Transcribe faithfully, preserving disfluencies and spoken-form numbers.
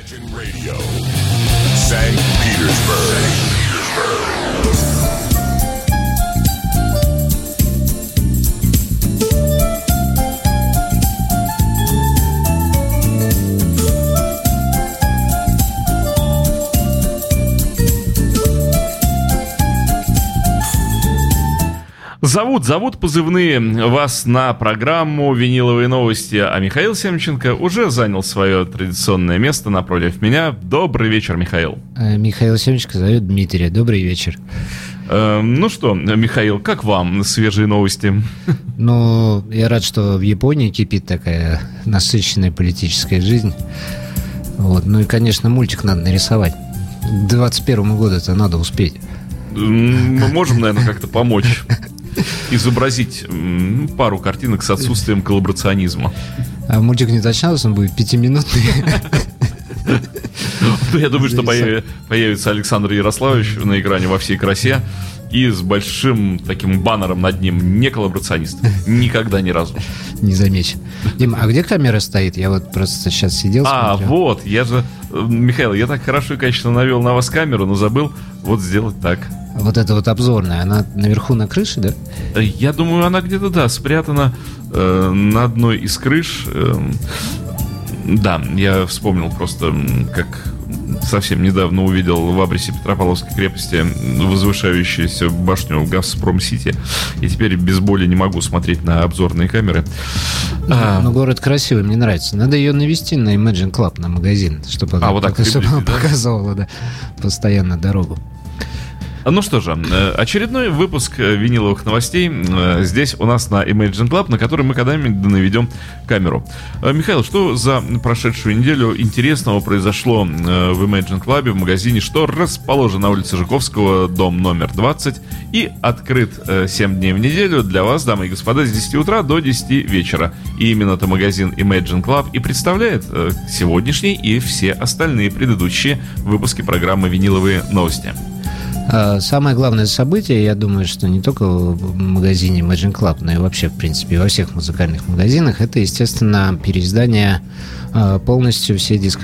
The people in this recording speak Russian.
Зовут, зовут позывные вас на программу «Виниловые новости», а Михаил Семченко уже занял свое традиционное место напротив меня. Добрый вечер, Михаил. Михаил Семченко зовет Дмитрия. Добрый вечер. Э, ну что, Михаил, как вам свежие новости? Ну, я рад, что в Японии кипит такая насыщенная политическая жизнь. Вот. Ну и, конечно, мультик надо нарисовать. К двадцать первому году это надо успеть. Мы можем, наверное, как-то помочь изобразить пару картинок с отсутствием коллаборационизма. А мультик не уточнялся, он будет пятиминутный. Ну, я думаю, что появится Александр Ярославович на экране во всей красе и с большим таким баннером над ним: не коллаборационист. Никогда, ни разу. Не замечен. Дима, а где камера стоит? Я вот просто сейчас сидел, А, смотрел. вот, я же... Михаил, я так хорошо и качественно навел на вас камеру, но забыл вот сделать так. Вот эта вот обзорная, она наверху на крыше, да? Я думаю, она где-то, да, спрятана э, на одной из крыш. Э, да, я вспомнил просто, как совсем недавно увидел в абресе Петропавловской крепости возвышающуюся башню Газпром-Сити. И теперь без боли не могу смотреть на обзорные камеры. Ну, а, ну, город красивый, мне нравится. Надо ее навести на Imagine Club, на магазин, чтобы она, а, вот так чтобы она да? показывала, да, постоянно дорогу. Ну что же, очередной выпуск виниловых новостей здесь у нас на Imagine Club, на который мы когда-нибудь наведем камеру. Михаил, что за прошедшую неделю интересного произошло в Imagine Club, в магазине, что расположен на улице Жуковского, дом номер двадцать, и открыт семь дней в неделю для вас, дамы и господа, с десяти утра до десяти вечера. И именно-то магазин Imagine Club и представляет сегодняшний и все остальные предыдущие выпуски программы «Виниловые новости». Самое главное событие, я думаю, что не только в магазине Imagine Club, но и вообще, в принципе, во всех музыкальных магазинах, это, естественно, переиздание полностью всей дискографии